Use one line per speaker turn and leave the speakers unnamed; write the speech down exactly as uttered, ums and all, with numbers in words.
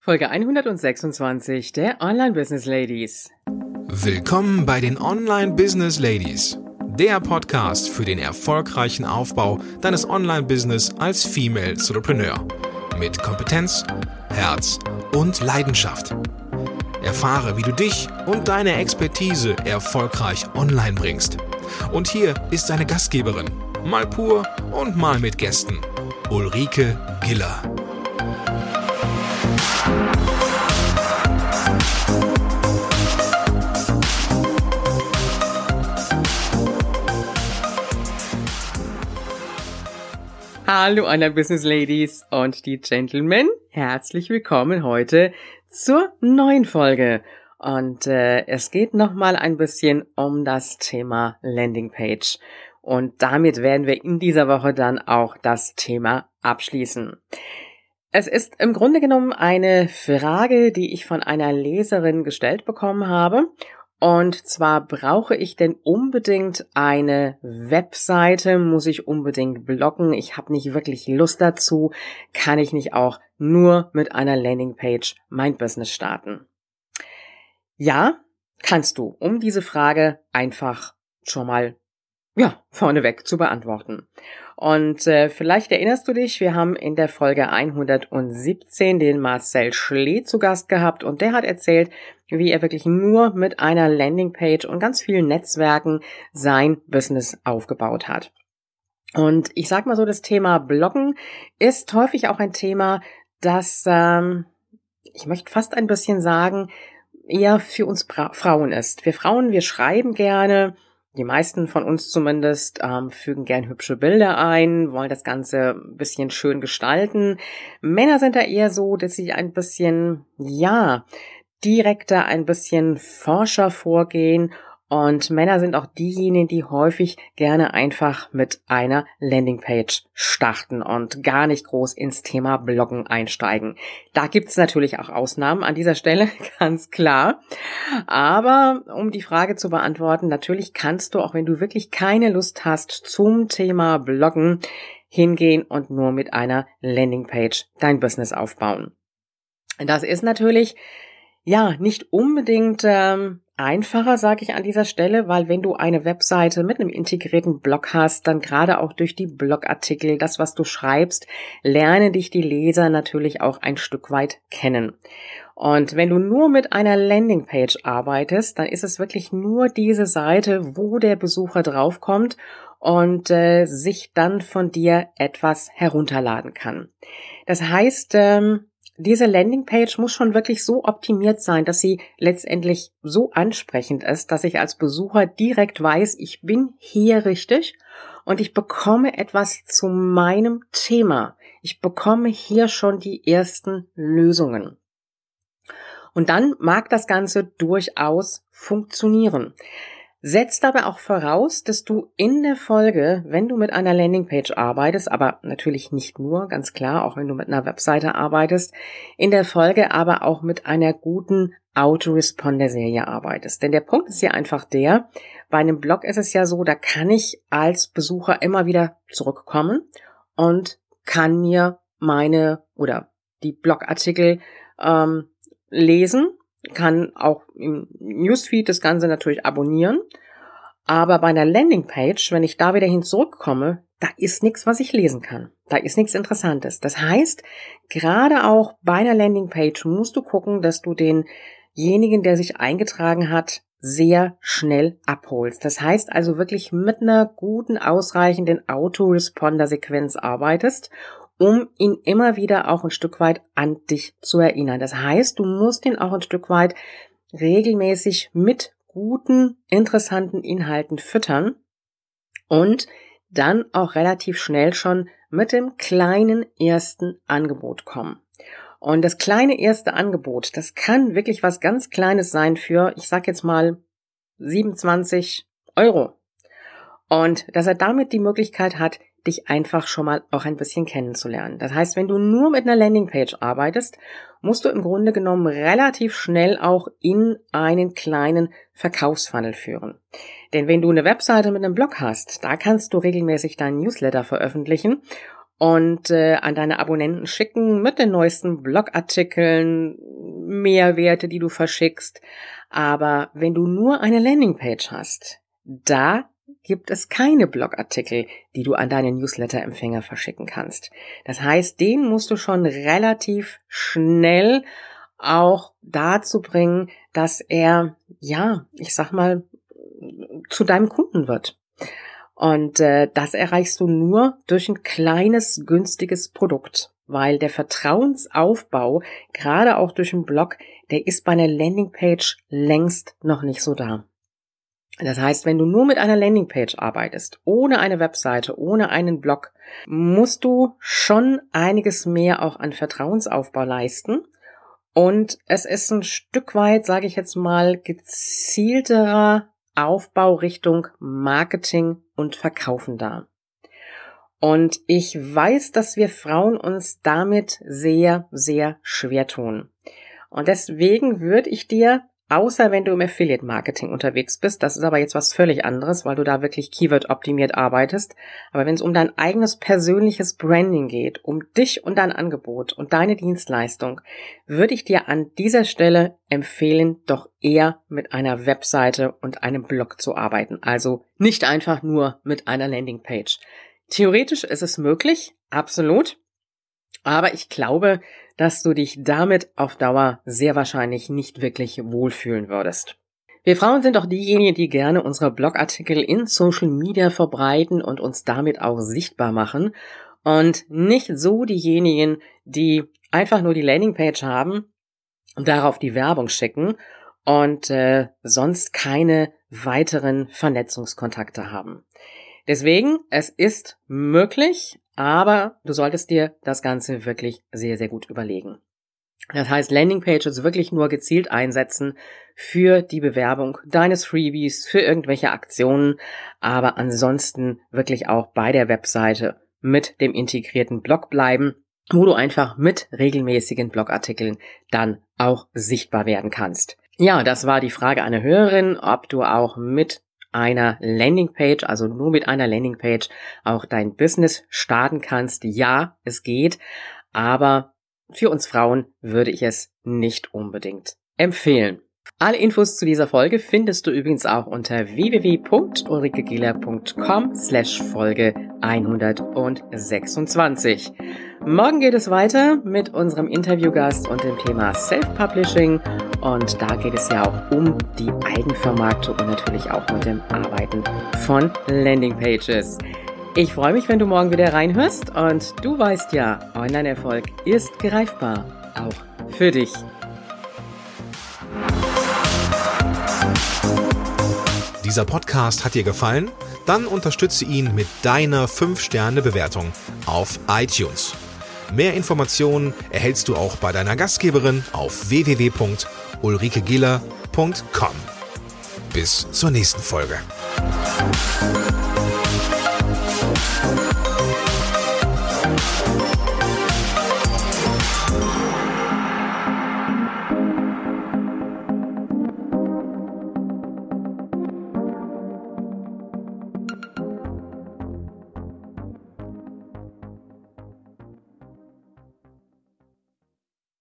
Folge hundertsechsundzwanzig der Online Business Ladies.
Willkommen bei den Online Business Ladies, der Podcast für den erfolgreichen Aufbau deines Online-Business als Female Entrepreneur. Mit Kompetenz, Herz und Leidenschaft. Erfahre, wie du dich und deine Expertise erfolgreich online bringst. Und hier ist deine Gastgeberin, mal pur und mal mit Gästen, Ulrike Giller.
Hallo Online Business Ladies und die Gentlemen, herzlich willkommen heute zur neuen Folge. Und äh, es geht nochmal ein bisschen um das Thema Landingpage. Und damit werden wir in dieser Woche dann auch das Thema abschließen. Es ist im Grunde genommen eine Frage, die ich von einer Leserin gestellt bekommen habe. Und zwar, brauche ich denn unbedingt eine Webseite? Muss ich unbedingt bloggen? Ich habe nicht wirklich Lust dazu. Kann ich nicht auch nur mit einer Landingpage mein Business starten? Ja, kannst du, um diese Frage einfach schon mal ja, vorneweg zu beantworten. Und äh, vielleicht erinnerst du dich, wir haben in der Folge hundertsiebzehn den Marcel Schlee zu Gast gehabt und der hat erzählt, wie er wirklich nur mit einer Landingpage und ganz vielen Netzwerken sein Business aufgebaut hat. Und ich sag mal so, das Thema Bloggen ist häufig auch ein Thema, das, ähm, ich möchte fast ein bisschen sagen, eher für uns Bra- Frauen ist. Wir Frauen, wir schreiben gerne. Die meisten von uns zumindest ähm, fügen gern hübsche Bilder ein, wollen das Ganze ein bisschen schön gestalten. Männer sind da eher so, dass sie ein bisschen, ja, direkter, ein bisschen forscher vorgehen. Und Männer sind auch diejenigen, die häufig gerne einfach mit einer Landingpage starten und gar nicht groß ins Thema Bloggen einsteigen. Da gibt's natürlich auch Ausnahmen an dieser Stelle, ganz klar. Aber um die Frage zu beantworten, natürlich kannst du, auch wenn du wirklich keine Lust hast zum Thema Bloggen, hingehen und nur mit einer Landingpage dein Business aufbauen. Das ist natürlich ja nicht unbedingt ähm, einfacher, sage ich an dieser Stelle, weil wenn du eine Webseite mit einem integrierten Blog hast, dann gerade auch durch die Blogartikel, das, was du schreibst, lernen dich die Leser natürlich auch ein Stück weit kennen. Und wenn du nur mit einer Landingpage arbeitest, dann ist es wirklich nur diese Seite, wo der Besucher draufkommt und äh, sich dann von dir etwas herunterladen kann. Das heißt, ähm, diese Landingpage muss schon wirklich so optimiert sein, dass sie letztendlich so ansprechend ist, dass ich als Besucher direkt weiß, ich bin hier richtig und ich bekomme etwas zu meinem Thema. Ich bekomme hier schon die ersten Lösungen. Und dann mag das Ganze durchaus funktionieren. Setzt aber auch voraus, dass du in der Folge, wenn du mit einer Landingpage arbeitest, aber natürlich nicht nur, ganz klar, auch wenn du mit einer Webseite arbeitest, in der Folge aber auch mit einer guten Autoresponder-Serie arbeitest. Denn der Punkt ist ja einfach der, bei einem Blog ist es ja so, da kann ich als Besucher immer wieder zurückkommen und kann mir meine oder die Blogartikel ähm, lesen, kann auch im Newsfeed das Ganze natürlich abonnieren, aber bei einer Landingpage, wenn ich da wieder hin zurückkomme, da ist nichts, was ich lesen kann. Da ist nichts Interessantes. Das heißt, gerade auch bei einer Landingpage musst du gucken, dass du denjenigen, der sich eingetragen hat, sehr schnell abholst. Das heißt also wirklich mit einer guten, ausreichenden Autoresponder-Sequenz arbeitest, um ihn immer wieder auch ein Stück weit an dich zu erinnern. Das heißt, du musst ihn auch ein Stück weit regelmäßig mit guten, interessanten Inhalten füttern und dann auch relativ schnell schon mit dem kleinen ersten Angebot kommen. Und das kleine erste Angebot, das kann wirklich was ganz Kleines sein für, ich sag jetzt mal, siebenundzwanzig Euro. Und dass er damit die Möglichkeit hat, dich einfach schon mal auch ein bisschen kennenzulernen. Das heißt, wenn du nur mit einer Landingpage arbeitest, musst du im Grunde genommen relativ schnell auch in einen kleinen Verkaufsfunnel führen. Denn wenn du eine Webseite mit einem Blog hast, da kannst du regelmäßig deinen Newsletter veröffentlichen und äh, an deine Abonnenten schicken mit den neuesten Blogartikeln, Mehrwerte, die du verschickst. Aber wenn du nur eine Landingpage hast, da gibt es keine Blogartikel, die du an deine Newsletter-Empfänger verschicken kannst. Das heißt, den musst du schon relativ schnell auch dazu bringen, dass er, ja, ich sag mal, zu deinem Kunden wird. Und äh, das erreichst du nur durch ein kleines, günstiges Produkt, weil der Vertrauensaufbau, gerade auch durch einen Blog, der ist bei einer Landingpage längst noch nicht so da. Das heißt, wenn du nur mit einer Landingpage arbeitest, ohne eine Webseite, ohne einen Blog, musst du schon einiges mehr auch an Vertrauensaufbau leisten. Und es ist ein Stück weit, sage ich jetzt mal, gezielterer Aufbau Richtung Marketing und Verkaufen da. Und ich weiß, dass wir Frauen uns damit sehr, sehr schwer tun. Und deswegen würde ich dir, außer wenn du im Affiliate-Marketing unterwegs bist, das ist aber jetzt was völlig anderes, weil du da wirklich Keyword-optimiert arbeitest, aber wenn es um dein eigenes persönliches Branding geht, um dich und dein Angebot und deine Dienstleistung, würde ich dir an dieser Stelle empfehlen, doch eher mit einer Webseite und einem Blog zu arbeiten. Also nicht einfach nur mit einer Landingpage. Theoretisch ist es möglich, absolut. Aber ich glaube, dass du dich damit auf Dauer sehr wahrscheinlich nicht wirklich wohlfühlen würdest. Wir Frauen sind auch diejenigen, die gerne unsere Blogartikel in Social Media verbreiten und uns damit auch sichtbar machen. Und nicht so diejenigen, die einfach nur die Landingpage haben und darauf die Werbung schicken und äh, sonst keine weiteren Vernetzungskontakte haben. Deswegen, es ist möglich, aber du solltest dir das Ganze wirklich sehr, sehr gut überlegen. Das heißt, Landingpages wirklich nur gezielt einsetzen für die Bewerbung deines Freebies, für irgendwelche Aktionen, aber ansonsten wirklich auch bei der Webseite mit dem integrierten Blog bleiben, wo du einfach mit regelmäßigen Blogartikeln dann auch sichtbar werden kannst. Ja, das war die Frage einer Hörerin, ob du auch mit einer Landingpage, also nur mit einer Landingpage auch dein Business starten kannst. Ja, es geht, aber für uns Frauen würde ich es nicht unbedingt empfehlen. Alle Infos zu dieser Folge findest du übrigens auch unter w w w punkt ulrikegiller punkt com slash Folge hundertsechsundzwanzig. Morgen geht es weiter mit unserem Interviewgast und dem Thema Self-Publishing und da geht es ja auch um die Eigenvermarktung und natürlich auch mit dem Arbeiten von Landingpages. Ich freue mich, wenn du morgen wieder reinhörst und du weißt ja, Online-Erfolg ist greifbar, auch für dich.
Dieser Podcast hat dir gefallen? Dann unterstütze ihn mit deiner fünf Sterne Bewertung auf iTunes. Mehr Informationen erhältst du auch bei deiner Gastgeberin auf w w w punkt ulrikegiller punkt com. Bis zur nächsten Folge.